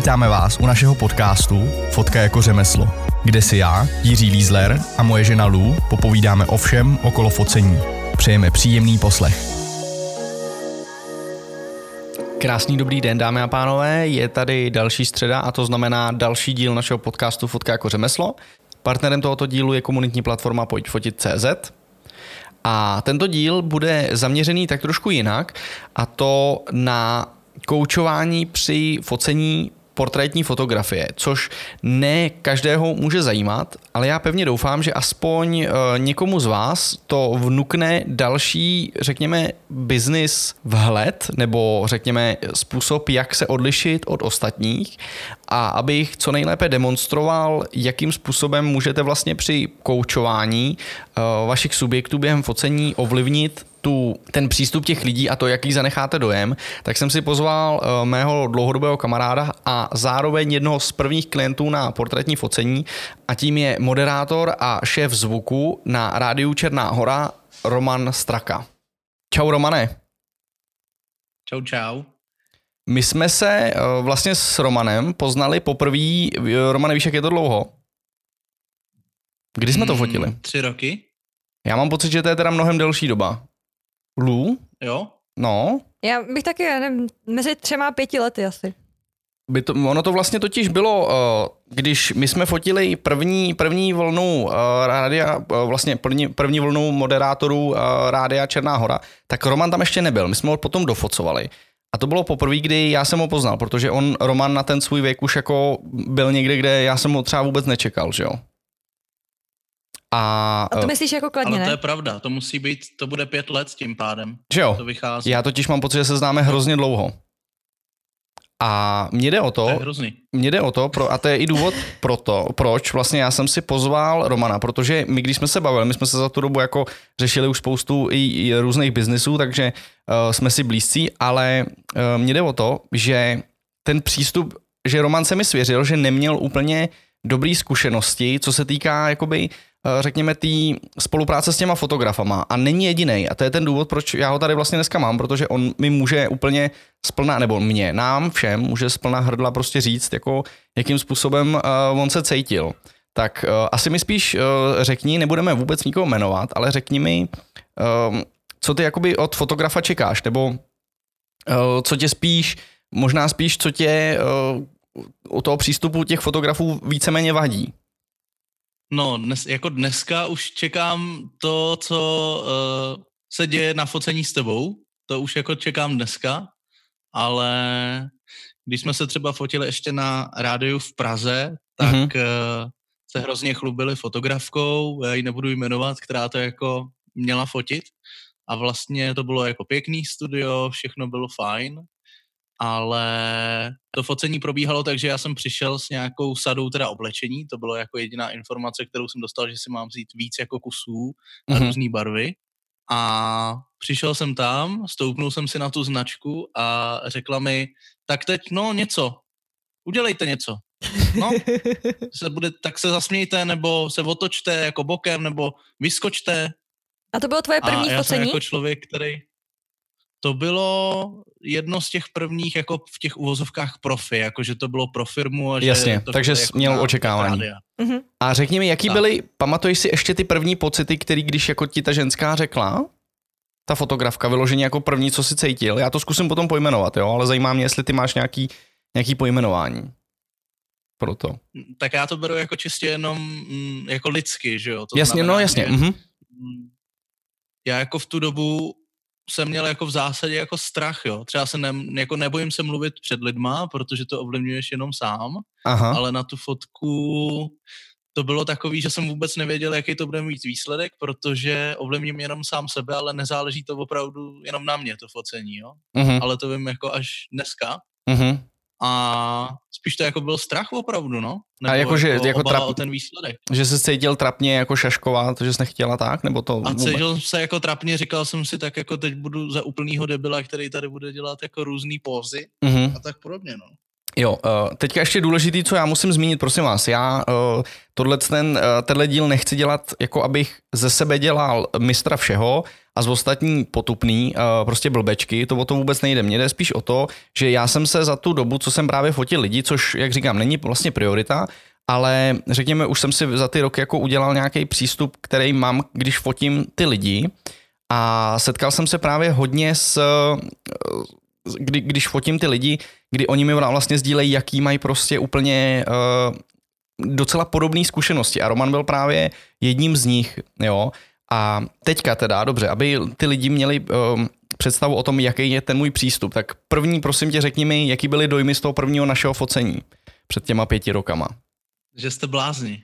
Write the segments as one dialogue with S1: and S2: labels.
S1: Vítáme vás u našeho podcastu Fotka jako řemeslo, kde si já, Jiří Lízler a moje žena Lou popovídáme o všem okolo focení. Přejeme příjemný poslech. Krásný dobrý den, dámy a pánové, je tady další středa a to znamená další díl našeho podcastu Fotka jako řemeslo. Partnerem tohoto dílu je komunitní platforma Pojďfotit.cz a tento díl bude zaměřený tak trošku jinak, a to na koučování při focení portrétní fotografie, což ne každého může zajímat, ale já pevně doufám, že aspoň někomu z vás to vnukne další, řekněme, business vhled, nebo řekněme způsob, jak se odlišit od ostatních, a abych co nejlépe demonstroval, jakým způsobem můžete vlastně při koučování vašich subjektů během focení ovlivnit ten přístup těch lidí a to, jaký zanecháte dojem, tak jsem si pozval mého dlouhodobého kamaráda a zároveň jednoho z prvních klientů na portrétní focení, a tím je moderátor a šéf zvuku na rádiu Černá Hora Roman Straka. Čau Romane.
S2: Čau, čau.
S1: My jsme se vlastně s Romanem poznali poprvé. Romane, víš, jak je to dlouho? Kdy jsme to fotili?
S2: 3 roky.
S1: Já mám pocit, že to je teda mnohem delší doba. Lu?
S2: Jo?
S1: No.
S3: Já bych taky, nevím, mezi 3 a 5 lety asi.
S1: Ono to vlastně totiž bylo, když my jsme fotili první vlnu rádia, vlastně první vlnu moderátorů rádia Černá Hora, tak Roman tam ještě nebyl, my jsme ho potom dofocovali. A to bylo poprvé, kdy já jsem ho poznal, protože Roman na ten svůj věk už jako byl někde, kde já jsem ho třeba vůbec nečekal, že jo. A
S3: to myslíš jako kladně,
S2: ale
S3: ne?
S2: to je pravda, to musí být, to bude 5 let tím pádem.
S1: Že jo,
S2: to vychází.
S1: Já totiž mám pocit, že se známe hrozně dlouho. A mně jde o to, a to je i důvod pro to, proč vlastně já jsem si pozval Romana, protože my, když jsme se bavili, my jsme se za tu dobu jako řešili už spoustu i různých biznisů, takže jsme si blízcí, ale mně jde o to, že ten přístup, že Roman se mi svěřil, že neměl úplně dobrý zkušenosti, co se týká jakoby řekněme té spolupráce s těma fotografama, a není jedinej, a to je ten důvod, proč já ho tady vlastně dneska mám, protože on mi může úplně splná, nebo nám všem může splná hrdla prostě říct, jako jakým způsobem on se cítil. Tak asi mi spíš řekni, nebudeme vůbec nikoho jmenovat, ale řekni mi, co ty jakoby od fotografa čekáš, nebo co tě možná spíš, co tě u toho přístupu těch fotografů víceméně vadí.
S2: No, dneska už čekám to, co se děje na focení s tebou. To už jako čekám dneska, ale když jsme se třeba fotili ještě na rádiu v Praze, tak se hrozně chlubili fotografkou, já ji nebudu jmenovat, která to jako měla fotit, a vlastně to bylo jako pěkný studio, všechno bylo fajn, ale to focení probíhalo tak, že já jsem přišel s nějakou sadou teda oblečení, to bylo jako jediná informace, kterou jsem dostal, že si mám vzít víc jako kusů na různý barvy, a přišel jsem tam, stoupnul jsem si na tu značku a řekla mi, tak teď udělejte něco, tak se zasmějte, nebo se otočte jako bokem, nebo vyskočte.
S3: A to bylo tvoje první focení?
S2: A já jsem jako člověk, který... To bylo jedno z těch prvních jako v těch uvozovkách profi, jakože to bylo pro firmu. A
S1: jasně,
S2: že to
S1: takže jsi
S2: jako
S1: měl očekávání. A řekni mi, jaký byly, pamatuješ si ještě ty první pocity, který když jako ti ta ženská řekla, ta fotografka, vyloženě jako první, co si cítil? Já to zkusím potom pojmenovat, jo, ale zajímá mě, jestli ty máš nějaký pojmenování pro to.
S2: Tak já to beru jako čistě jenom jako lidsky, že jo? To
S1: jasně,
S2: znamená,
S1: jasně.
S2: Já jako v tu dobu jsem měl jako v zásadě jako strach, jo. Třeba se nebojím se mluvit před lidma, protože to ovlivňuješ jenom sám, ale na tu fotku to bylo takový, že jsem vůbec nevěděl, jaký to bude mít výsledek, protože ovlivním jenom sám sebe, ale nezáleží to opravdu jenom na mě, to focení, jo. Ale to vím jako až dneska. A spíš to jako byl strach opravdu, no. Nebo
S1: a jako
S2: obava o ten výsledek.
S1: Že jsi cítil trapně jako šaškovat, že jsi nechtěla tak, nebo to?
S2: A cítil se jako trapně, říkal jsem si tak jako teď budu za úplnýho debila, který tady bude dělat jako různý pózy a tak podobně, no.
S1: Jo, teďka ještě důležitý, co já musím zmínit, prosím vás, já tenhle díl nechci dělat, jako abych ze sebe dělal mistra všeho, a z ostatní potupný, prostě blbečky, to o to vůbec nejde. Mně jde spíš o to, že já jsem se za tu dobu, co jsem právě fotil lidi, což, jak říkám, není vlastně priorita, ale řekněme, už jsem si za ty roky jako udělal nějaký přístup, který mám, když fotím ty lidi, a setkal jsem se právě hodně když fotím ty lidi, kdy oni mi vlastně sdílejí, jaký mají prostě úplně docela podobné zkušenosti. A Roman byl právě jedním z nich, jo. A teďka teda, dobře, aby ty lidi měli představu o tom, jaký je ten můj přístup, tak první, prosím tě, řekni mi, jaký byly dojmy z toho prvního našeho focení před těma 5 rokama.
S2: Že jste blázni.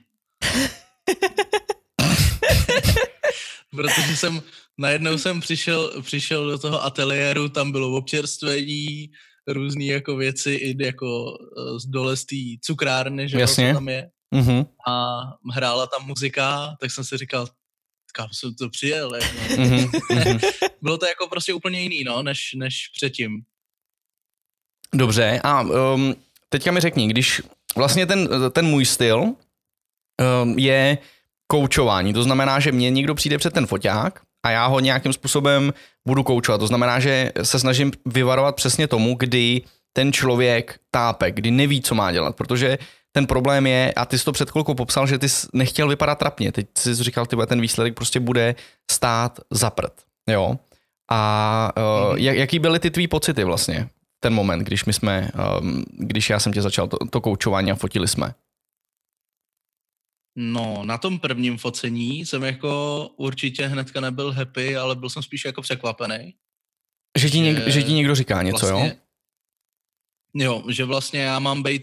S2: Protože najednou jsem přišel do toho ateliéru, tam bylo občerstvení, různý jako věci, i jako z dole z té cukrárny, že co tam je.
S1: Mm-hmm.
S2: A hrála tam muzika, tak jsem si říkal, kam jsem to přijel. Jako. Bylo to jako prostě úplně jiný, no, než předtím.
S1: Dobře, a teďka mi řekni, když vlastně ten můj styl je koučování, to znamená, že mně někdo přijde před ten foťák a já ho nějakým způsobem budu koučovat. To znamená, že se snažím vyvarovat přesně tomu, kdy ten člověk tápe, kdy neví, co má dělat, protože ten problém je, a ty jsi to před chvilkou popsal, že ty jsi nechtěl vypadat trapně. Teď jsi říkal, ten výsledek prostě bude stát za prd. Jo? A jaký byly ty tvý pocity vlastně ten moment, když já jsem tě začal to koučování a fotili jsme?
S2: No, na tom prvním focení jsem jako určitě hnedka nebyl happy, ale byl jsem spíš jako překvapený.
S1: Že ti někdo říká něco,
S2: vlastně, jo? Jo, že vlastně já mám být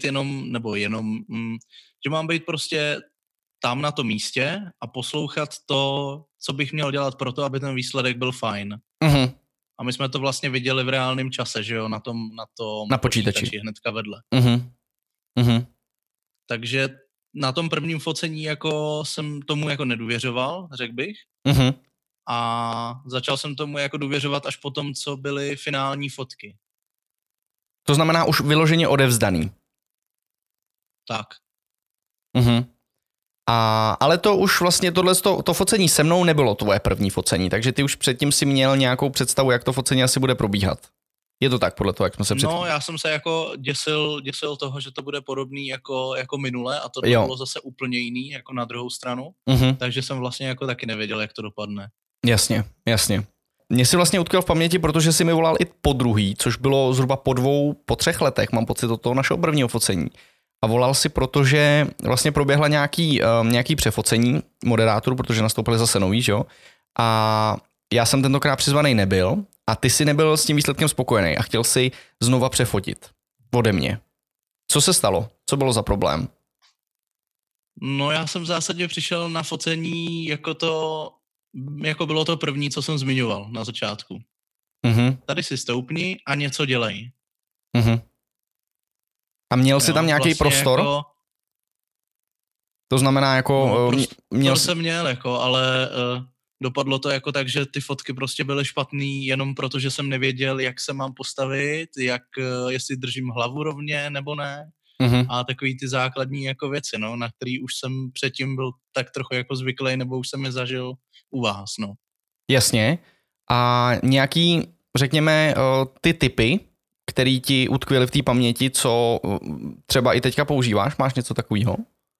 S2: že mám být prostě tam na tom místě a poslouchat to, co bych měl dělat pro to, aby ten výsledek byl fajn.
S1: Uh-huh.
S2: A my jsme to vlastně viděli v reálném čase, že jo, na tom počítači hnedka vedle.
S1: Uh-huh. Uh-huh.
S2: Takže na tom prvním focení jako jsem tomu jako nedůvěřoval, řekl bych.
S1: Uh-huh.
S2: A začal jsem tomu jako důvěřovat až potom, co byly finální fotky.
S1: To znamená už vyloženě odevzdaný.
S2: Tak.
S1: Uh-huh. Ale to už vlastně to focení se mnou nebylo tvoje první focení, takže ty už předtím si měl nějakou představu, jak to focení asi bude probíhat. Je to tak, podle toho, jak jsme se předtím?
S2: No, já jsem se jako děsil toho, že to bude podobný jako minule a to bylo zase úplně jiný, jako na druhou stranu.
S1: Uh-huh.
S2: Takže jsem vlastně jako taky nevěděl, jak to dopadne.
S1: Jasně. Mně si vlastně utkvěl v paměti, protože si mi volal i po druhý, což bylo zhruba po 3 letech, mám pocit, od toho našeho prvního focení. A volal si, protože vlastně proběhla nějaký přefocení moderátorů, protože nastoupili zase nový, že jo? A já jsem tentokrát přizvaný nebyl a ty si nebyl s tím výsledkem spokojený a chtěl si znova přefotit ode mě. Co se stalo? Co bylo za problém?
S2: No já jsem v zásadě přišel na focení jako bylo to první, co jsem zmiňoval na začátku.
S1: Uh-huh.
S2: Tady si stoupni a něco dělej.
S1: Uh-huh. A měl jsi tam nějaký
S2: vlastně
S1: prostor?
S2: Jako,
S1: to znamená jako...
S2: jsem měl, jako, ale dopadlo to jako tak, že ty fotky prostě byly špatný jenom proto, že jsem nevěděl, jak se mám postavit, jestli držím hlavu rovně nebo ne.
S1: Uh-huh.
S2: A takový ty základní jako věci, no, na který už jsem předtím byl tak trochu jako zvyklý, nebo už jsem je zažil u vás, no.
S1: Jasně. A nějaký, řekněme, ty typy, který ti utkvěly v té paměti, co třeba i teďka používáš? Máš něco takového?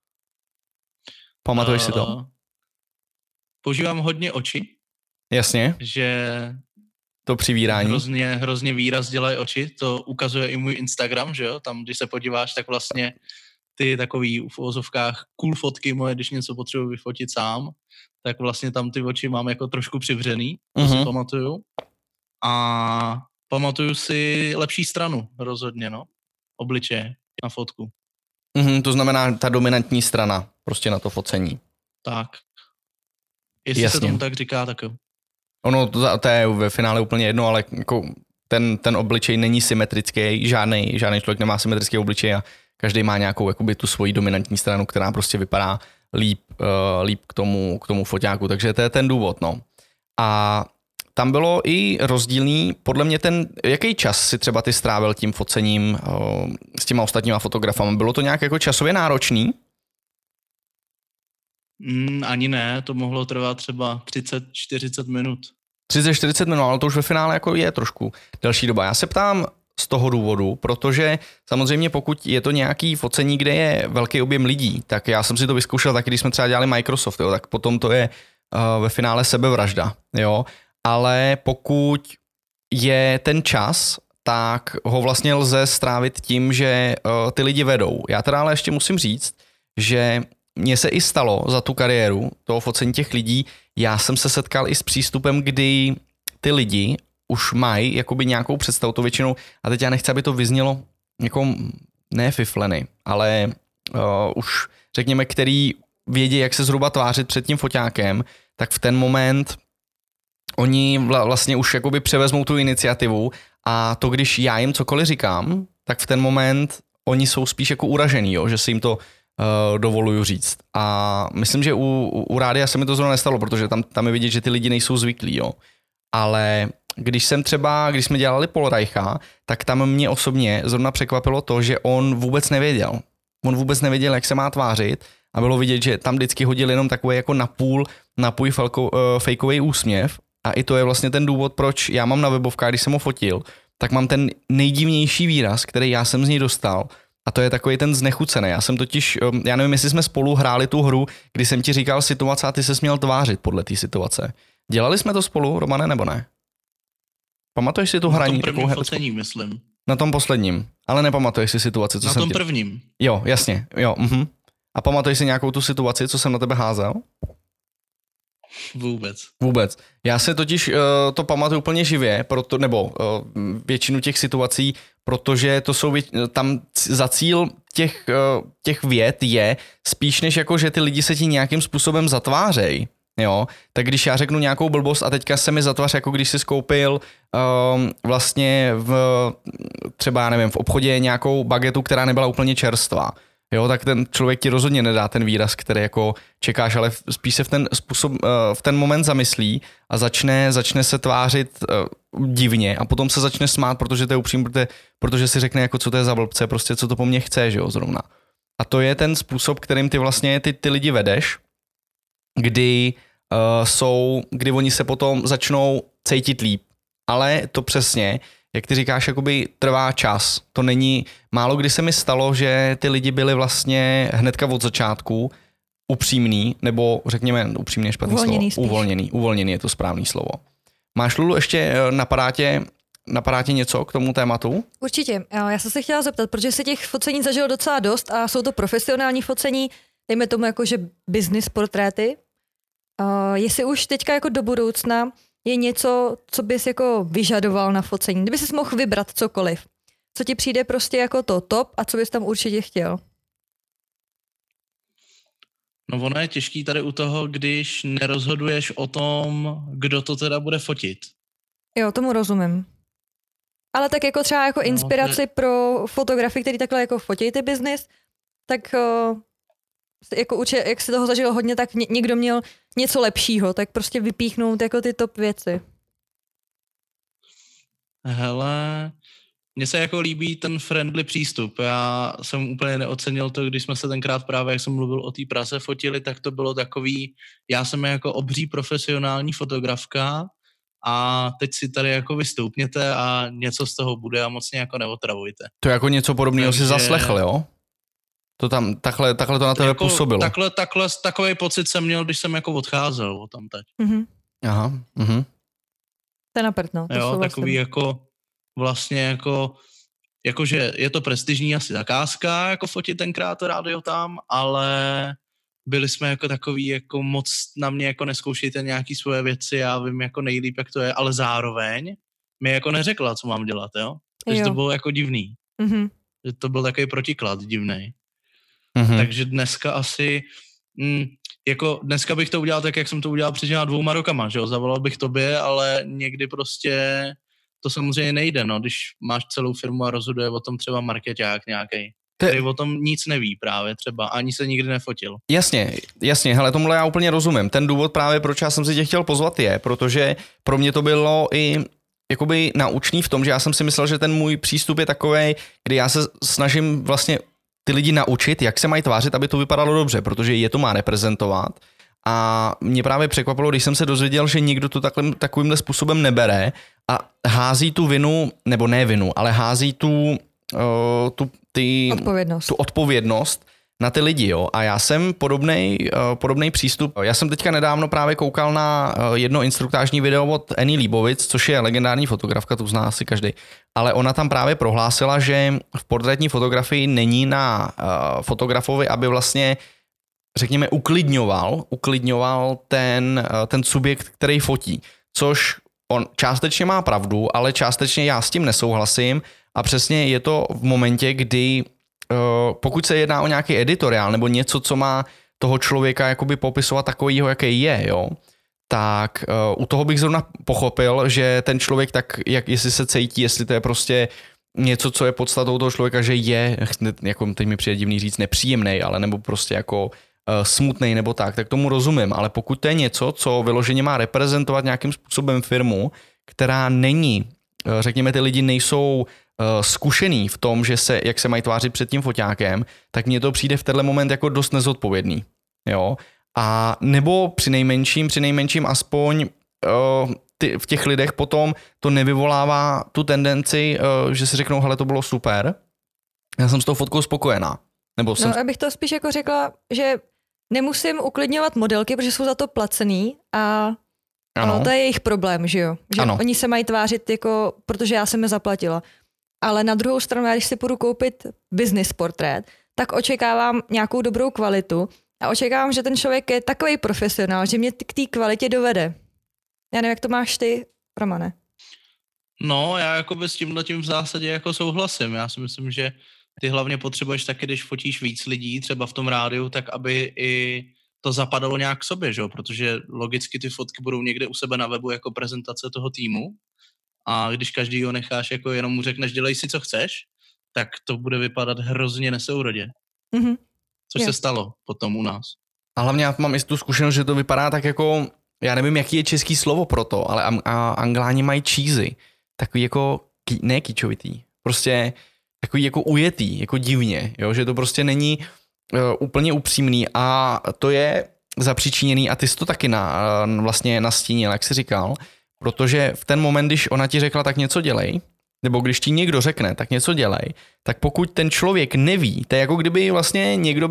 S1: Pamatuješ si to?
S2: Používám hodně oči.
S1: Jasně.
S2: Že
S1: to přivírání.
S2: Hrozně výraz dělají oči. To ukazuje i můj Instagram, že jo? Tam, když se podíváš, tak vlastně ty takový v uvozovkách cool fotky moje, když něco potřebuji vyfotit sám, tak vlastně tam ty oči mám jako trošku přivřený. To si pamatuju. A pamatuju si lepší stranu rozhodně, no. Obličeje na fotku.
S1: To znamená ta dominantní strana prostě na to focení.
S2: Tak. Jestli se tomu tak říká, tak jo.
S1: Ono, to je ve finále úplně jedno, ale jako ten obličej není symetrický, žádný člověk nemá symetrický obličej a každý má nějakou jakoby tu svoji dominantní stranu, která prostě vypadá líp k tomu foťáku, takže to je ten důvod, no. A tam bylo i rozdílný, podle mě jaký čas si třeba ty strávil tím focením s těma ostatníma fotografama? Bylo to nějak jako časově náročný?
S2: Ani ne, to mohlo trvat třeba 30-40 minut.
S1: 30-40 minut, ale to už ve finále jako je trošku delší doba. Já se ptám z toho důvodu, protože samozřejmě pokud je to nějaký focení, kde je velký objem lidí, tak já jsem si to vyzkoušel taky, když jsme třeba dělali Microsoft, jo, tak potom to je ve finále sebevražda, jo, ale pokud je ten čas, tak ho vlastně lze strávit tím, že ty lidi vedou. Já teda ale ještě musím říct, že mně se i stalo za tu kariéru toho focení těch lidí, já jsem se setkal i s přístupem, kdy ty lidi už mají jakoby nějakou představu, to většinou, a teď já nechci, aby to vyznělo jako ne fifleny, ale už řekněme, který vědí, jak se zhruba tvářit před tím foťákem, tak v ten moment oni vlastně už jakoby převezmou tu iniciativu a to, když já jim cokoliv říkám, tak v ten moment oni jsou spíš jako uražený, jo, že si jim to dovoluju říct. A myslím, že u rádia se mi to zrovna nestalo, protože tam je vidět, že ty lidi nejsou zvyklí, jo. Ale když jsme dělali Polreicha, tak tam mě osobně zrovna překvapilo to, že on vůbec nevěděl. On vůbec nevěděl, jak se má tvářit a bylo vidět, že tam vždycky hodil jenom takový jako napůj fejkový úsměv a i to je vlastně ten důvod, proč já mám na webovkách, když jsem ho fotil, tak mám ten nejdivnější výraz, který já jsem z něj dostal a to je takový ten znechucený. Já jsem totiž, já nevím, jestli jsme spolu hráli tu hru, kdy jsem ti říkal situace a ty se směl tvářit podle té situace. Dělali jsme to spolu, Romane, nebo ne? Pamatuješ si tu hraní?
S2: Na tom prvním focení, myslím.
S1: Na tom posledním, ale nepamatuješ si situaci, co
S2: na
S1: jsem
S2: tom prvním.
S1: Jo, jasně, jo. A pamatuješ si nějakou tu situaci, co jsem na tebe házel? Vůbec. Já se totiž to pamatuju úplně živě, většinu těch situací, protože to jsou tam za cíl těch vět je spíš než jako, že ty lidi se ti nějakým způsobem zatvářejí. Jo, tak když já řeknu nějakou blbost a teďka se mi zatvář, jako když jsi skoupil vlastně třeba, já nevím, v obchodě nějakou bagetu, která nebyla úplně čerstvá. Jo, tak ten člověk ti rozhodně nedá ten výraz, který jako čekáš, ale spíš se v ten moment zamyslí a začne se tvářit divně a potom se začne smát, protože to je upřímně, protože si řekne, jako co to je za blbce, prostě co to po mně chce, že jo, zrovna. A to je ten způsob, kterým ty vlastně ty lidi vedeš, kdy oni se potom začnou cítit líp. Ale to přesně, jak ty říkáš, jakoby trvá čas. To není, málo kdy se mi stalo, že ty lidi byli vlastně hnedka od začátku upřímný, nebo řekněme upřímně špatný slovo. Uvolněný je to správný slovo. Máš, Lulu, ještě napadá tě něco k tomu tématu?
S3: Určitě. Já jsem se chtěla zeptat, protože se těch focení zažilo docela dost a jsou to profesionální focení, dejme tomu jako, že business portréty. Jestli už teďka jako do budoucna je něco, co bys jako vyžadoval na focení, kdyby jsi mohl vybrat cokoliv, co ti přijde prostě jako to top a co bys tam určitě chtěl?
S2: No ono je těžký tady u toho, když nerozhoduješ o tom, kdo to teda bude fotit.
S3: Jo, tomu rozumím. Ale tak jako třeba jako inspiraci pro fotografy, který takhle jako fotí ty business, tak jako určitě, jak se toho zažilo hodně, tak někdo měl něco lepšího, tak prostě vypíchnout jako ty top věci.
S2: Hele, mně se jako líbí ten friendly přístup. Já jsem úplně neocenil to, když jsme se tenkrát právě, jak jsem mluvil o té Praze, fotili, tak to bylo takový, já jsem jako obří profesionální fotografka a teď si tady jako vystoupněte a něco z toho bude a moc jako neotravujte.
S1: To jako něco podobného si zaslechl, jo? To tam, takhle to na tebe jako působilo.
S2: Takový pocit jsem měl, když jsem jako odcházel o tam teď.
S3: Mm-hmm.
S1: Aha,
S3: To je naprt, no.
S2: Jo, takový jako vlastně jako že je to prestižní asi zakázka, jako fotit tenkrát to rádio tam, ale byli jsme jako takový, jako moc na mě jako neskoušejte nějaký svoje věci, já vím jako nejlíp, jak to je, ale zároveň mi jako neřekla, co mám dělat, jo? Takže to bylo jako divný.
S3: Mm-hmm.
S2: Že to byl takový protiklad divnej. Mm-hmm. Takže dneska asi, jako dneska bych to udělal tak, jak jsem to udělal před 2 rokama, že jo, zavolal bych tobě, ale někdy prostě to samozřejmě nejde, no, když máš celou firmu a rozhoduje o tom třeba markeťák nějaký, který o tom nic neví právě třeba, ani se nikdy nefotil.
S1: Jasně, hele, tomuhle já úplně rozumím. Ten důvod právě, proč já jsem si tě chtěl pozvat je, protože pro mě to bylo i jakoby naučný v tom, že já jsem si myslel, že ten můj přístup je takovej, kdy já se snažím vlastně ty lidi naučit, jak se mají tvářit, aby to vypadalo dobře, protože je to má reprezentovat A mě právě překvapilo, když jsem se dozvěděl, že někdo to takovýmhle způsobem nebere a hází tu vinu, nebo ne vinu, ale hází tu odpovědnost na ty lidi, jo. A já jsem podobnej přístup. Já jsem teďka nedávno právě koukal na jedno instruktážní video od Annie Leibovitz, což je legendární fotografka, tu zná asi každý. Ale ona tam právě prohlásila, že v portrétní fotografii není na fotografovi, aby vlastně, řekněme, uklidňoval ten subjekt, který fotí. Což on částečně má pravdu, ale částečně já s tím nesouhlasím a přesně je to v momentě, kdy pokud se jedná o nějaký editoriál nebo něco, co má toho člověka jakoby popisovat takovýho, jaký je, jo, tak u toho bych zrovna pochopil, že ten člověk tak, jestli se cítí, jestli to je prostě něco, co je podstatou toho člověka, že je, jako teď mi přijde divný říct, nepříjemnej, ale nebo prostě jako smutnej nebo tak tomu rozumím, ale pokud to je něco, co vyloženě má reprezentovat nějakým způsobem firmu, která není, řekněme, ty lidi nejsou zkušený v tom, že jak se mají tvářit před tím foťákem, tak mně to přijde v tenhle moment jako dost nezodpovědný. Jo? A nebo přinejmenším aspoň v těch lidech potom to nevyvolává tu tendenci, že si řeknou, hele, to bylo super, já jsem s tou fotkou spokojená.
S3: Abych to spíš jako řekla, že nemusím uklidňovat modelky, protože jsou za to placený a to je jejich problém, že jo? Že oni se mají tvářit jako, protože já jsem je zaplatila. Ale na druhou stranu, když si půjdu koupit business portrét, tak očekávám nějakou dobrou kvalitu a očekávám, že ten člověk je takový profesionál, že mě k té kvalitě dovede. Já nevím, jak to máš ty, Romane.
S2: No, já jakoby s tímhletím v zásadě jako souhlasím. Já si myslím, že ty hlavně potřebuješ taky, když fotíš víc lidí, třeba v tom rádiu, tak aby i to zapadalo nějak k sobě, že? Protože logicky ty fotky budou někde u sebe na webu jako prezentace toho týmu a když každýho necháš, jako jenom mu řekneš, dělej si, co chceš, tak to bude vypadat hrozně nesourodě. Mm-hmm. Což se stalo potom u nás.
S1: A hlavně já mám i tu zkušenost, že to vypadá tak jako, já nevím, jaký je český slovo pro to, ale Angláni mají cheesy. Takový jako, ne kičovitý, prostě takový jako ujetý, jako divně, jo? Že to prostě není úplně upřímný a to je zapříčiněný a ty jsi to taky vlastně nastínil, jak jsi říkal, protože v ten moment, když ona ti řekla, tak něco dělej, nebo když ti někdo řekne, tak něco dělej, tak pokud ten člověk neví, to je jako kdyby vlastně někdo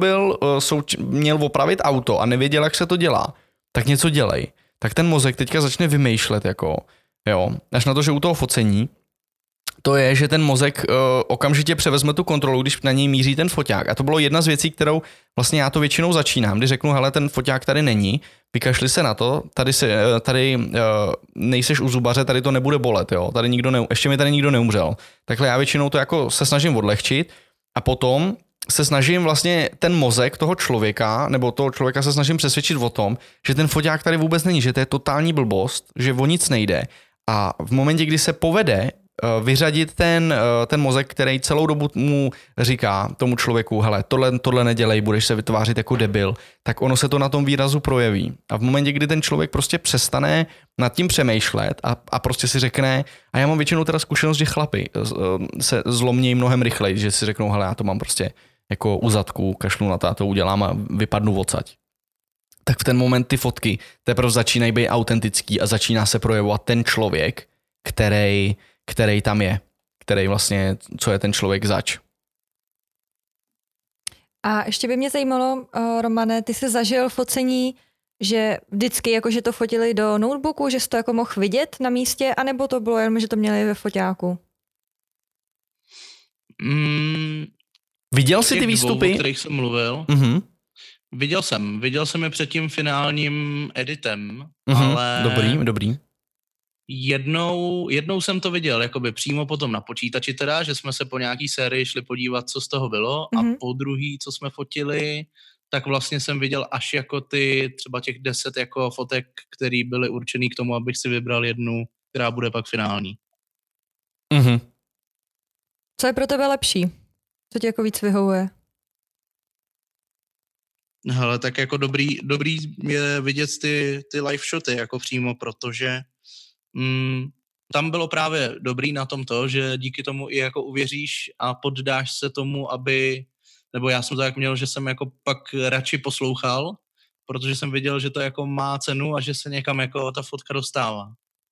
S1: měl opravit auto a nevěděl, jak se to dělá, tak něco dělej. Tak ten mozek teďka začne vymýšlet, jako, jo, až na to, že u toho focení, to je, že ten mozek okamžitě převezme tu kontrolu, když na něj míří ten foťák. A to bylo jedna z věcí, kterou vlastně já to většinou začínám, když řeknu, hele, ten foťák tady není, vykašli se na to, tady nejseš u zubaře, tady to nebude bolet, jo, tady ještě mi tady nikdo neumřel. Takhle já většinou to jako se snažím odlehčit a potom se snažím vlastně ten mozek toho člověka, nebo toho člověka se snažím přesvědčit o tom, že ten foťák tady vůbec není, že to je totální blbost, že o nic nejde. A v momentě, kdy se povede vyřadit ten mozek, který celou dobu mu říká tomu člověku, hele, tohle nedělej, budeš se vytvářet jako debil, tak ono se to na tom výrazu projeví. A v momentě, kdy ten člověk prostě přestane nad tím přemýšlet a prostě si řekne, a já mám většinou teda zkušenost, že chlapi se zlomnějí mnohem rychleji, že si řeknou, hele, já to mám prostě jako u zadku, kašlu na to, já to udělám a vypadnu odsaď. Tak v ten moment ty fotky teprve začínají být autentický a začíná se projevovat ten člověk, který tam je, který vlastně, co je ten člověk zač.
S3: A ještě by mě zajímalo, Romane, ty jsi zažil focení, že vždycky jakože to fotili do notebooku, že jsi to jako mohl vidět na místě, anebo to bylo jenom, že to měli ve foťáku?
S1: Viděl jsi ty výstupy?
S2: O kterých jsem mluvil.
S1: Mm-hmm.
S2: Viděl jsem je před tím finálním editem, ale...
S1: Dobrý.
S2: Jednou jsem to viděl, jakoby přímo potom na počítači teda, že jsme se po nějaký sérii šli podívat, co z toho bylo a po druhý, co jsme fotili, tak vlastně jsem viděl až jako třeba těch 10 jako fotek, které byly určený k tomu, abych si vybral jednu, která bude pak finální.
S1: Mm-hmm.
S3: Co je pro tebe lepší? Co ti jako víc vyhovuje?
S2: Hele, tak jako dobrý je vidět ty live shoty jako přímo, protože tam bylo právě dobrý na tom to, že díky tomu i jako uvěříš a poddáš se tomu, nebo já jsem to tak měl, že jsem jako pak radši poslouchal, protože jsem viděl, že to jako má cenu a že se někam jako ta fotka dostává.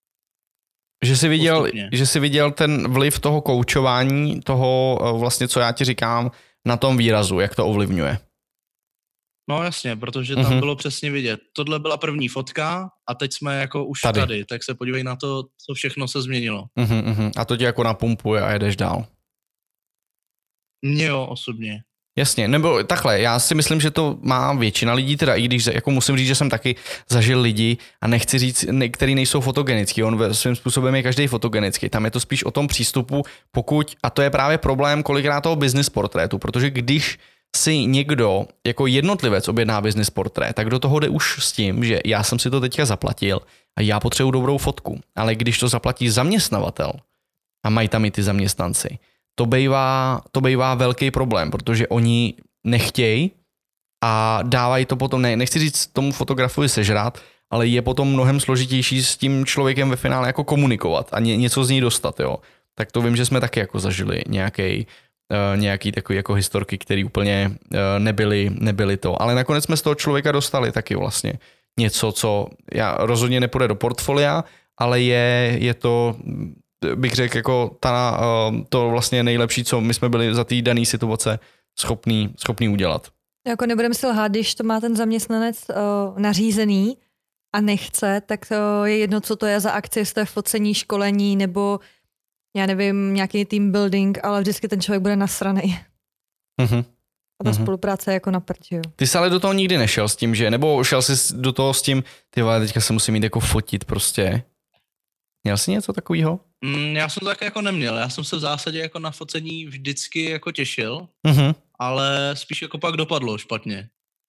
S1: Že jsi viděl ten vliv toho koučování, toho vlastně, co já ti říkám, na tom výrazu, jak to ovlivňuje.
S2: No jasně, protože tam bylo přesně vidět. Tohle byla první fotka a teď jsme jako už tady, tak se podívej na to, co všechno se změnilo.
S1: A to tě jako napumpuje a jedeš dál.
S2: Mně jo, osobně.
S1: Jasně, nebo takhle, já si myslím, že to má většina lidí, teda i když jako musím říct, že jsem taky zažil lidi a nechci říct, který nejsou fotogenický, on svým způsobem je každý fotogenický, tam je to spíš o tom přístupu, pokud, a to je právě problém kolikrát toho business portrétu, protože když si někdo jako jednotlivec objedná business portrét, tak do toho jde už s tím, že já jsem si to teďka zaplatil a já potřebuji dobrou fotku, ale když to zaplatí zaměstnavatel a mají tam i ty zaměstnanci, to bývá velký problém, protože oni nechtějí a dávají to potom, nechci říct tomu fotografovi sežrat, ale je potom mnohem složitější s tím člověkem ve finále jako komunikovat a něco z něj dostat, jo. Tak to vím, že jsme taky jako zažili nějaký takový jako historky, které úplně nebyly to. Ale nakonec jsme z toho člověka dostali taky vlastně něco, co já rozhodně nepůjde do portfolia, ale je to, bych řekl, jako to vlastně nejlepší, co my jsme byli za té dané situace schopný udělat.
S3: Jako nebudeme si lhát, když to má ten zaměstnanec nařízený a nechce, tak to je jedno, co to je za akci, jestli to je focení, školení nebo já nevím, nějaký team building, ale vždycky ten člověk bude nasranej. A ta spolupráce je jako na prd, jo. Ty
S1: jsi ale do toho nikdy nešel s tím, že? Nebo šel jsi do toho s tím, ty vole, teďka se musím jít jako fotit prostě. Měl jsi něco takového?
S2: Já jsem to tak jako neměl. Já jsem se v zásadě jako na focení vždycky jako těšil, ale spíš jako pak dopadlo špatně.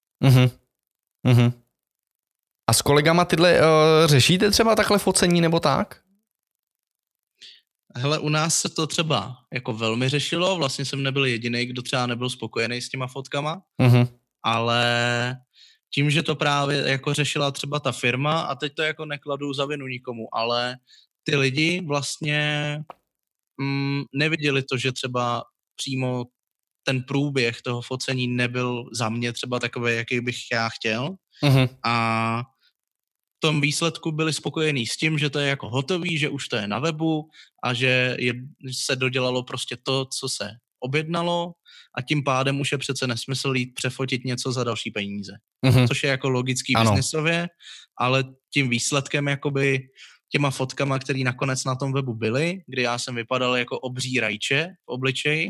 S1: A s kolegama tyhle řešíte třeba takhle focení nebo tak?
S2: Hele, u nás se to třeba jako velmi řešilo, vlastně jsem nebyl jediný, kdo třeba nebyl spokojený s těma fotkama, ale tím, že to právě jako řešila třeba ta firma a teď to jako nekladu za vinu nikomu, ale ty lidi vlastně neviděli to, že třeba přímo ten průběh toho focení nebyl za mě třeba takový, jaký bych já chtěl a v tom výsledku byli spokojení s tím, že to je jako hotový, že už to je na webu a že se dodělalo prostě to, co se objednalo a tím pádem už je přece nesmysl jít přefotit něco za další peníze. Což je jako logický biznisově, ale tím výsledkem jakoby těma fotkama, které nakonec na tom webu byly, kdy já jsem vypadal jako obří rajče v obličeji,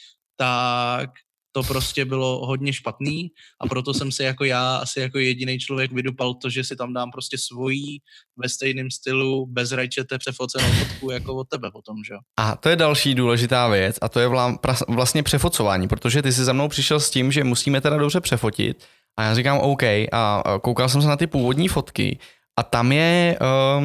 S2: tak to prostě bylo hodně špatný a proto jsem si jako já asi jako jediný člověk vydupal to, že si tam dám prostě svojí ve stejném stylu bez rajčete přefocenou fotku jako od tebe potom, že?
S1: A to je další důležitá věc a to je vlastně přefocování, protože ty jsi za mnou přišel s tím, že musíme teda dobře přefotit a já říkám OK a koukal jsem se na ty původní fotky a tam je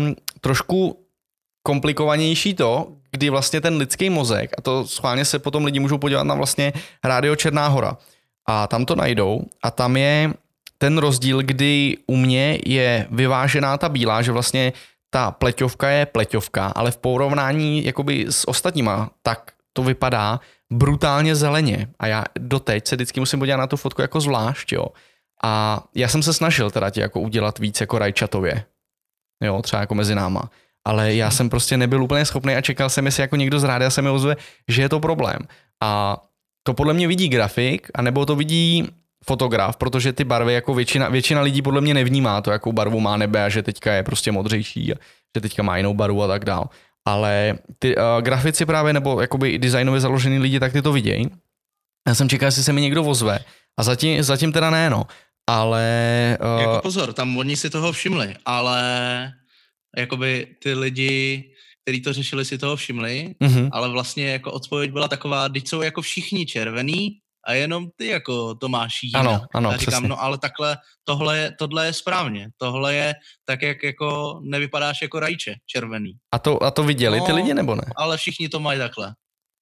S1: trošku komplikovanější to, kdy vlastně ten lidský mozek, a to schválně se potom lidi můžou podívat na vlastně Rádio Černá Hora a tam to najdou a tam je ten rozdíl, kdy u mě je vyvážená ta bílá, že vlastně ta pleťovka je pleťovka, ale v porovnání jakoby s ostatníma, tak to vypadá brutálně zeleně a já doteď se vždycky musím podívat na tu fotku jako zvlášť, jo. A já jsem se snažil teda tě jako udělat víc jako rajčatově, jo, třeba jako mezi náma. Ale já jsem prostě nebyl úplně schopný a čekal jsem, jestli jako někdo z rádia se mi ozve, že je to problém. A to podle mě vidí grafik, anebo to vidí fotograf, protože ty barvy jako většina lidí podle mě nevnímá to, jakou barvu má nebe a že teďka je prostě modřejší a že teďka má jinou barvu a tak dál. Ale ty grafici právě, nebo jakoby designově založený lidi, tak ty to vidějí. Já jsem čekal, jestli se mi někdo ozve a zatím teda ne, no. Ale...
S2: Jako pozor, tam oni si toho všimli, ale... Jakoby ty lidi, kteří to řešili, si toho všimli, ale vlastně jako odpověď byla taková, teď jsou jako všichni červený a jenom ty jako to máš jinak.
S1: Ano,
S2: já říkám,
S1: přesně.
S2: no ale takhle, tohle je správně, tohle je tak, jak jako nevypadáš jako rajče červený.
S1: A to viděli ty lidi, nebo ne?
S2: Ale všichni to mají takhle.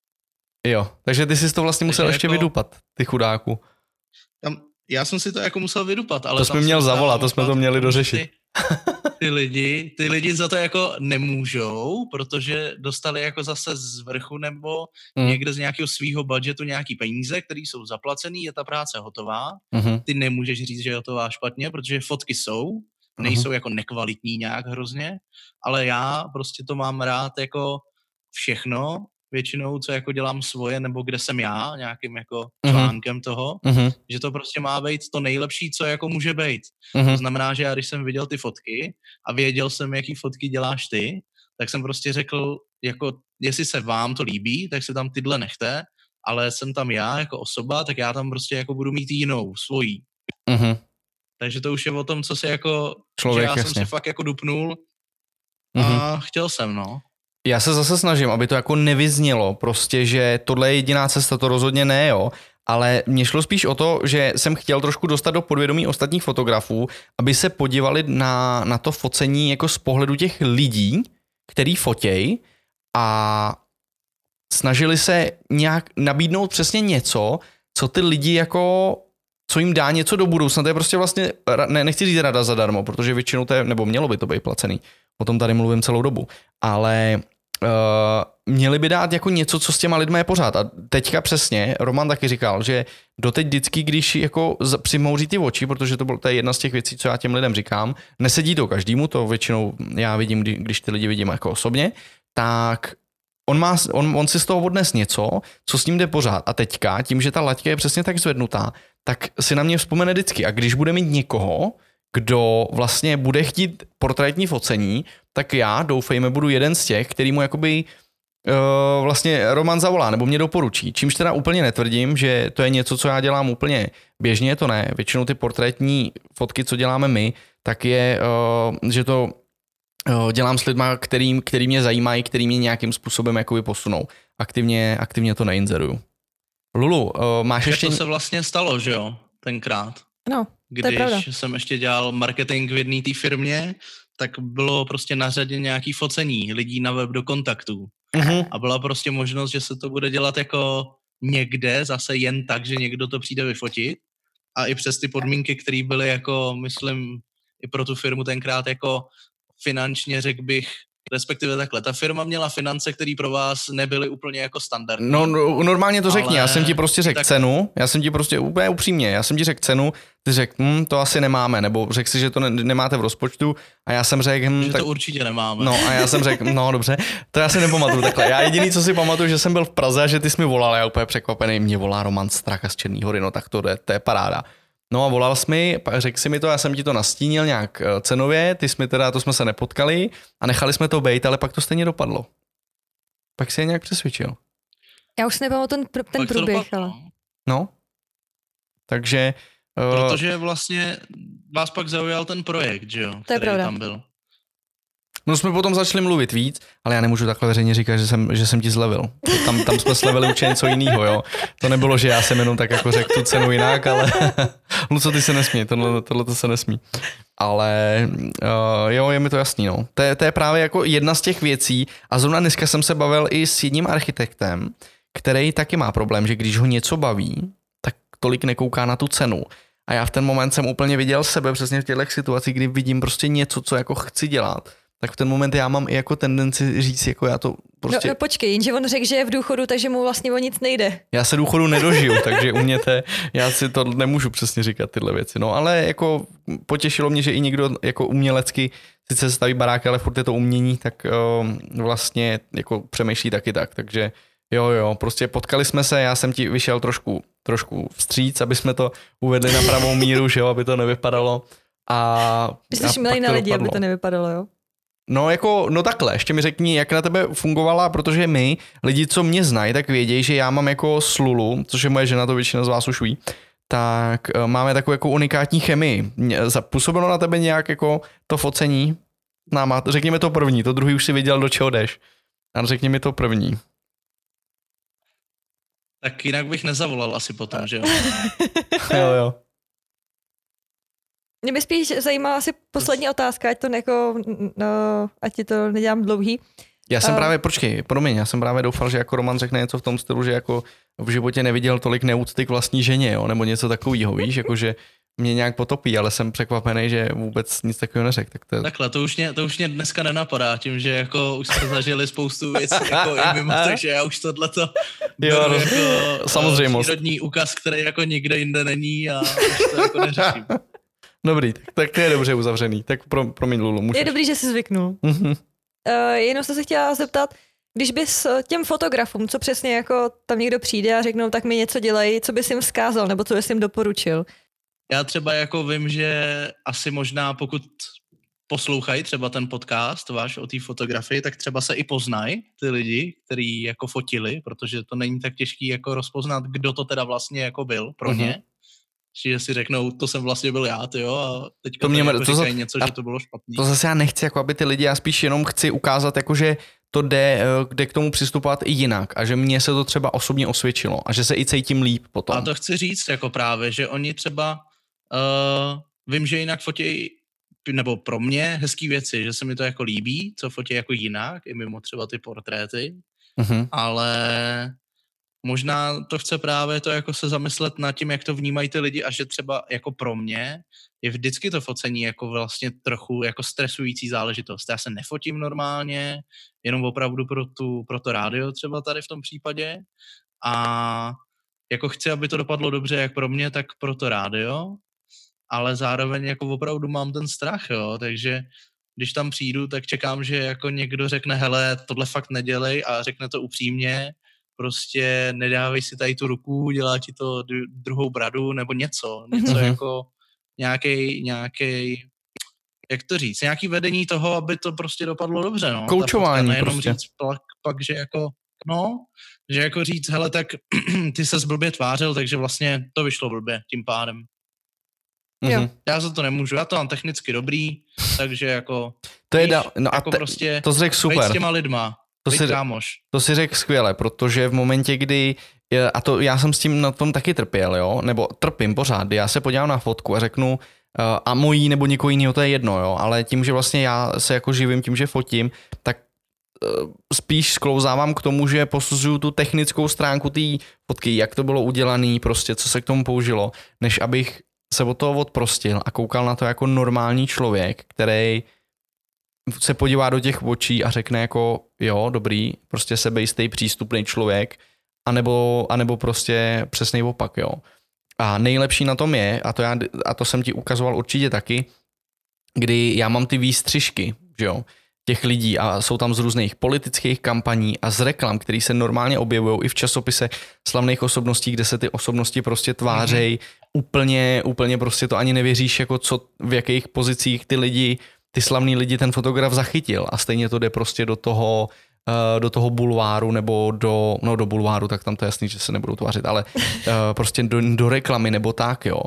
S1: Jo, takže ty jsi to vlastně musel ještě jako... vydupat, ty chudáku.
S2: Já jsem si to jako musel vydupat, ale...
S1: To jsme měl zavolat, to jsme to měli dořešit.
S2: ty lidi za to jako nemůžou, protože dostali jako zase z vrchu nebo někde z nějakého svýho budgetu nějaký peníze, které jsou zaplacený, je ta práce hotová. Ty nemůžeš říct, že je hotová špatně, protože fotky nejsou jako nekvalitní nějak hrozně, ale já prostě to mám rád jako všechno, většinou, co jako dělám svoje, nebo kde jsem já, nějakým jako článkem toho, že to prostě má být to nejlepší, co jako může být. To znamená, že já, když jsem viděl ty fotky a věděl jsem, jaký fotky děláš ty, tak jsem prostě řekl, jako, jestli se vám to líbí, tak si tam tyhle nechte, ale jsem tam já jako osoba, tak já tam prostě jako budu mít jinou, svojí. Takže to už je o tom, co se jako, člověk, že já jsem se fakt jako dupnul a chtěl jsem, no.
S1: Já se zase snažím, aby to jako nevyznělo, prostě, že tohle je jediná cesta, to rozhodně ne, jo. Ale mně šlo spíš o to, že jsem chtěl trošku dostat do podvědomí ostatních fotografů, aby se podívali na to focení jako z pohledu těch lidí, který fotěj a snažili se nějak nabídnout přesně něco, co ty lidi jako, co jim dá něco do budoucna. To je prostě vlastně, nechci říct rada zadarmo, protože většinou to je, nebo mělo by to být placený. O tom tady mluvím celou dobu. Ale měli by dát jako něco, co s těma lidmi je pořád. A teďka přesně, Roman taky říkal, že doteď vždycky, když jako přimouří ty oči, protože to je jedna z těch věcí, co já těm lidem říkám, nesedí to každému, to většinou já vidím, když ty lidi vidím jako osobně, tak on si z toho odnes něco, co s ním jde pořád. A teďka, tím, že ta laťka je přesně tak zvednutá, tak si na mě vzpomene vždycky. A když bude mít někoho, kdo vlastně bude chtít portrétní focení, tak já, doufejme, budu jeden z těch, který mu jakoby vlastně Roman zavolá nebo mě doporučí. Čímž teda úplně netvrdím, že to je něco, co já dělám úplně běžně, to ne. Většinou ty portrétní fotky, co děláme my, tak je, že to dělám s lidma, který mě zajímají, který mě nějakým způsobem jakoby posunou. Aktivně to neinzeruju. Lulu, máš ještě...
S2: To se vlastně stalo, že jo, tenkrát.
S3: No,
S2: když jsem ještě dělal marketing v jedné té firmě, tak bylo prostě na řadě nějaký focení lidí na web do kontaktů. A byla prostě možnost, že se to bude dělat jako někde, zase jen tak, že někdo to přijde vyfotit. A i přes ty podmínky, které byly jako, myslím, i pro tu firmu tenkrát jako finančně, řekl bych, respektive takhle. Ta firma měla finance, které pro vás nebyly úplně jako standardní.
S1: No normálně to řekni, já jsem ti prostě řekl cenu, já jsem ti prostě úplně upřímně, já jsem ti řekl cenu, ty řekl, to asi nemáme, nebo řekl si, že to nemáte v rozpočtu a já jsem řekl,
S2: že to určitě nemáme.
S1: No a já jsem řekl, no dobře, to já si nepamatuju takhle. Já jediný, co si pamatuju, že jsem byl v Praze a že ty jsi mi volal, já úplně překvapený, mě volá Roman Straka z Černý Hory, no tak to je paráda. No a volal jsi mi, řekl si mi to, já jsem ti to nastínil nějak cenově, ty jsi mi teda, to jsme se nepotkali a nechali jsme to bejt, ale pak to stejně dopadlo. Pak si je nějak přesvědčil.
S3: Já už si nepamatuju ten průběh, ale...
S1: No, takže...
S2: Protože vlastně vás pak zaujal ten projekt, že jo,
S3: to je
S2: který tam byl.
S1: No jsme potom začali mluvit víc, ale já nemůžu takhle veřejně říkat, že jsem ti zlevil. Tam jsme slevili určitě něco jiného, jo. To nebylo, že já jsem jenom tak jako řekl tu cenu jinak, ale Luco, ty se nesmí, tohle to se nesmí. Ale jo, je mi to jasný, no. To je právě jako jedna z těch věcí a zrovna dneska jsem se bavil i s jedním architektem, který taky má problém, že když ho něco baví, tak tolik nekouká na tu cenu. A já v ten moment jsem úplně viděl sebe přesně v těchto situacích, kdy vidím prostě něco, co jako chci dělat. Tak v ten moment já mám i jako tendenci říct, jako já to prostě...
S3: No počkej, jenže on řekl, že je v důchodu, takže mu vlastně o nic nejde.
S1: Já se důchodu nedožiju, takže u mě já si to nemůžu přesně říkat tyhle věci. No ale jako potěšilo mě, že i někdo jako umělecky sice staví baráky, ale furt je to umění, tak vlastně jako přemýšlí taky tak. Takže jo, prostě potkali jsme se, já jsem ti vyšel trošku vstříc, aby jsme to uvedli na pravou míru, že jo, aby to nevypadalo.
S3: Jsi šmilej na lidi, aby to nevypadalo, jo?
S1: No takhle, ještě mi řekni, jak na tebe fungovala, protože lidi, co mě znají, tak vědějí, že já mám jako s Lulu, což je moje žena, to většina z vás už ví, tak máme takovou jako unikátní chemii. Zapůsobilo na tebe nějak jako to focení? Řekni mi to první, to druhý už si viděl, do čeho jdeš. A řekni mi to první.
S2: Tak jinak bych nezavolal asi potom, že jo?
S1: Jo.
S3: Mě by spíš zajímala asi poslední otázka, ať ti to nedělám dlouhý.
S1: Já jsem já jsem právě doufal, že jako Roman řekne něco v tom stylu, že jako v životě neviděl tolik neúcty k vlastní ženě, jo, nebo něco takového, víš, jakože mě nějak potopí, ale jsem překvapený, že vůbec nic takového neřekl. Tak
S2: Takhle, to už mě dneska nenapadá, tím, že jako už jsme zažili spoustu věcí jako i mimo, takže já už tohleto beru jako
S1: samozřejmost.
S2: Přírodní úkaz, který jako nikde jinde není a už to jako neřeším.
S1: Dobrý, tak to je dobře uzavřený. Tak promiň, Lulu, můžeš.
S3: Je dobrý, že jsi zvyknul. Jenom jsem se chtěla zeptat, když bys těm fotografům, co přesně jako tam někdo přijde a řeknou, tak mi něco dělají, co bys jim vzkázal, nebo co bys jim doporučil?
S2: Já třeba jako vím, že asi možná pokud poslouchají třeba ten podcast váš o té fotografii, tak třeba se i poznají ty lidi, kteří jako fotili, protože to není tak těžký jako rozpoznat, kdo to teda vlastně jako byl pro ně. Že si řeknou, to jsem vlastně byl já, tyjo, a teďka
S1: to mě
S2: jako říkají něco, že to bylo špatný.
S1: To zase já nechci, jako aby ty lidi, já spíš jenom chci ukázat, jako že to jde k tomu přistupovat i jinak a že mně se to třeba osobně osvědčilo a že se i cítím líp potom.
S2: A to chci říct jako právě, že oni třeba vím, že jinak fotí, nebo pro mě hezký věci, že se mi to jako líbí, co fotí jako jinak, i mimo třeba ty portréty, ale možná to chce právě to jako se zamyslet nad tím, jak to vnímají ty lidi a že třeba jako pro mě je vždycky to focení jako vlastně trochu jako stresující záležitost. Já se nefotím normálně, jenom opravdu pro to rádio třeba tady v tom případě a jako chci, aby to dopadlo dobře jak pro mě, tak pro to rádio, ale zároveň jako opravdu mám ten strach, jo, takže když tam přijdu, tak čekám, že jako někdo řekne, hele, tohle fakt nedělej a řekne to upřímně, prostě nedávej si tady tu ruku, dělá ti to druhou bradu, nebo něco jako nějaký, jak to říct, nějaký vedení toho, aby to prostě dopadlo dobře, no.
S1: Koučování
S2: nejenom
S1: prostě.
S2: Říct pak, že jako, že jako říct, hele, tak ty ses blbě tvářil, takže vlastně to vyšlo blbě tím pádem.
S3: Jo.
S2: Já za to nemůžu, já to mám technicky dobrý, takže jako,
S1: to je
S2: jako prostě
S1: to řekl super.
S2: s těma lidma.
S1: To si řekl skvěle, protože v momentě, kdy, a to já jsem s tím na tom taky trpěl, jo, nebo trpím pořád, já se podívám na fotku a řeknu, a mojí nebo někoho jiného, to je jedno, jo, ale tím, že vlastně já se jako živím tím, že fotím, tak spíš sklouzávám k tomu, že posuzuju tu technickou stránku té fotky, jak to bylo udělané, prostě co se k tomu použilo, než abych se od toho odprostil a koukal na to jako normální člověk, který se podívá do těch očí a řekne jako jo, dobrý, prostě sebejistý, přístupný člověk, anebo prostě přesnej opak, jo. A nejlepší na tom je, a to jsem ti ukazoval určitě taky, kdy já mám ty výstřižky, že jo, těch lidí a jsou tam z různých politických kampaní a z reklam, které se normálně objevují i v časopise slavných osobností, kde se ty osobnosti prostě tvářejí úplně prostě to ani nevěříš, jako co, v jakých pozicích ty slavní lidi ten fotograf zachytil a stejně to jde prostě do toho bulváru nebo do bulváru, tak tam to je jasný, že se nebudou tvářit, ale prostě do reklamy nebo tak, jo.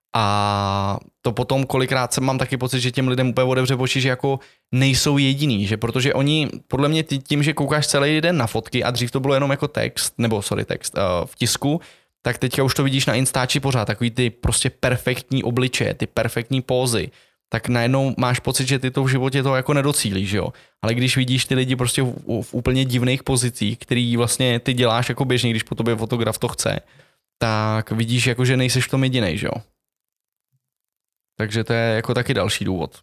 S1: A to potom kolikrát mám taky pocit, že těm lidem úplně otevře oči, že jako nejsou jediný, že protože oni, podle mě tím, že koukáš celý den na fotky a dřív to bylo jenom jako text v tisku, tak teďka už to vidíš na Instači pořád, takový ty prostě perfektní obličeje, ty perfektní pózy, tak najednou máš pocit, že ty to v životě to jako nedocílíš, jo. Ale když vidíš ty lidi prostě v úplně divných pozicích, který vlastně ty děláš jako běžně, když po tobě fotograf to chce, tak vidíš jako, že nejseš v tom jedinej, že jo. Takže to je jako taky další důvod,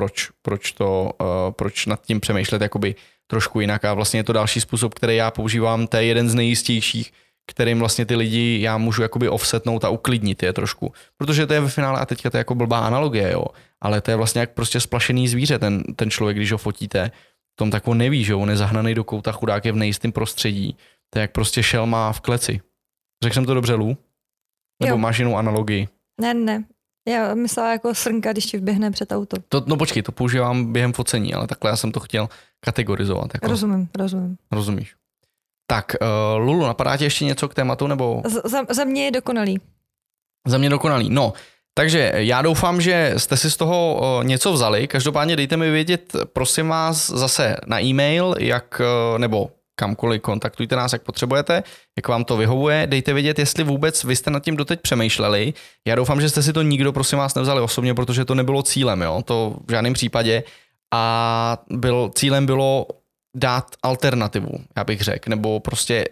S1: proč nad tím přemýšlet jakoby trošku jinak a vlastně je to další způsob, který já používám, to je jeden z nejistějších, kterým vlastně ty lidi já můžu jakoby offsetnout a uklidnit je trošku, protože to je ve finále a teďka to je jako blbá analogie, jo, ale to je vlastně jak prostě splašený zvíře, ten člověk, když ho fotíte, tom tak on neví, že on je zahnaný do kouta, chudák je v nejistém prostředí, to je jak prostě šelma v kleci. Řekl jsem to dobře, Lů? Nebo máš jinou analogii? Ne.
S3: Já myslela jako srnka, když ti vběhne před auto.
S1: No počkej, to používám během focení, ale takhle já jsem to chtěl kategorizovat. Jako.
S3: Rozumím.
S1: Rozumíš. Tak, Lulu, napadá ti ještě něco k tématu, nebo?
S3: Za mě je dokonalý.
S1: Za mě dokonalý, no. Takže já doufám, že jste si z toho něco vzali. Každopádně dejte mi vědět, prosím vás, zase na e-mail, nebo kamkoliv, kontaktujte nás, jak potřebujete, jak vám to vyhovuje. Dejte vědět, jestli vůbec vy jste nad tím doteď přemýšleli. Já doufám, že jste si to nikdo, prosím vás, nevzali osobně, protože to nebylo cílem, jo? To v žádném případě. A cílem bylo dát alternativu, já bych řekl, nebo prostě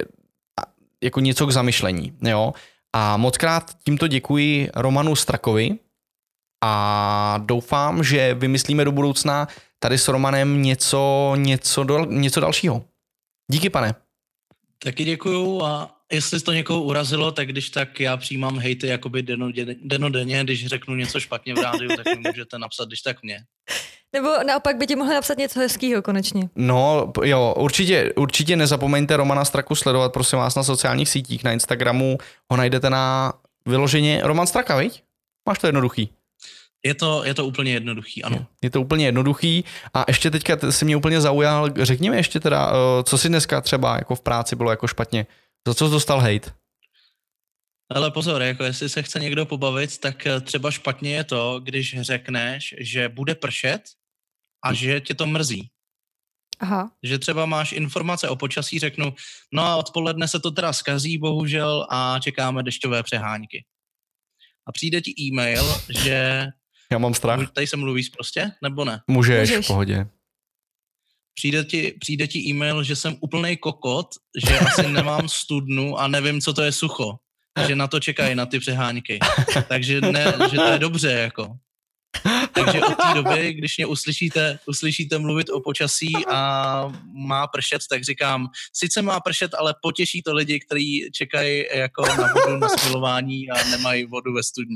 S1: jako něco k zamyšlení, jo. A mockrát tímto děkuji Romanu Strakovi, a doufám, že vymyslíme do budoucna tady s Romanem něco dalšího. Díky, pane.
S2: Taky děkuju a jestli to někoho urazilo, tak když tak já přijímám hejty jakoby denodenně, když řeknu něco špatně v rádiu, tak mi můžete napsat, když tak mě.
S3: Nebo naopak by ti mohli napsat něco hezkýho konečně.
S1: No jo, určitě nezapomeňte Romana Straku sledovat, prosím vás, na sociálních sítích, na Instagramu ho najdete na vyloženě Roman Straka, viď? Máš to jednoduchý.
S2: Je to úplně jednoduchý, ano.
S1: Je to úplně jednoduchý a ještě teďka si mě úplně zaujal, řekni mi ještě teda, co si dneska třeba jako v práci bylo jako špatně, za co jsi dostal hejt?
S2: Ale pozor, jako jestli se chce někdo pobavit, tak třeba špatně je to, když řekneš, že bude pršet a že tě to mrzí.
S3: Aha.
S2: Že třeba máš informace o počasí, řeknu, no a odpoledne se to teda zkazí, bohužel, a čekáme dešťové přehánky. A přijde ti e-mail, že...
S1: Já mám strach.
S2: Tady se mluvíš prostě, nebo ne?
S1: Můžeš. V pohodě.
S2: Přijde ti e-mail, že jsem úplnej kokot, že asi nemám studnu a nevím, co to je sucho. Že na to čekají, na ty přehánky. Takže ne, že to je dobře, jako. Takže od té doby, když mě uslyšíte mluvit o počasí a má pršet, tak říkám, sice má pršet, ale potěší to lidi, kteří čekají jako na vodu na smilování a nemají vodu ve studni.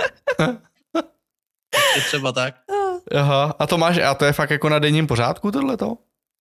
S2: Je třeba tak.
S1: Aha, a to je fakt jako na denním pořádku tohleto?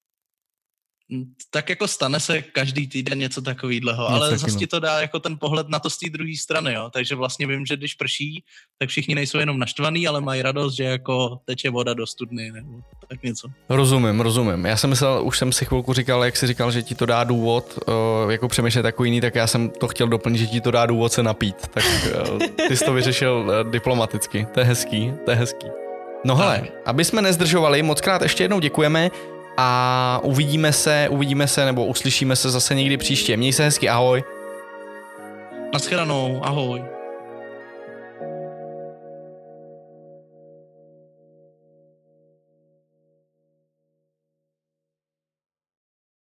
S2: Tak jako stane se každý týden něco takovýhleho, ale zase ti to dá jako ten pohled na to z té druhé strany, jo. Takže vlastně vím, že když prší, tak všichni nejsou jenom naštvaný, ale mají radost, že jako teče voda do studny nebo tak něco.
S1: Rozumím. Já jsem myslel, už jsem si chvilku říkal, jak jsi říkal, že ti to dá důvod jako přemýšlet jako jiný, tak já jsem to chtěl doplnit, že ti to dá důvod se napít. Tak ty jsi to vyřešil diplomaticky. To je hezký. No hele, aby jsme nezdržovali, mockrát ještě jednou děkujeme. A uvidíme se nebo uslyšíme se zase někdy příště. Měj se hezky, ahoj.
S2: Naschledanou, ahoj.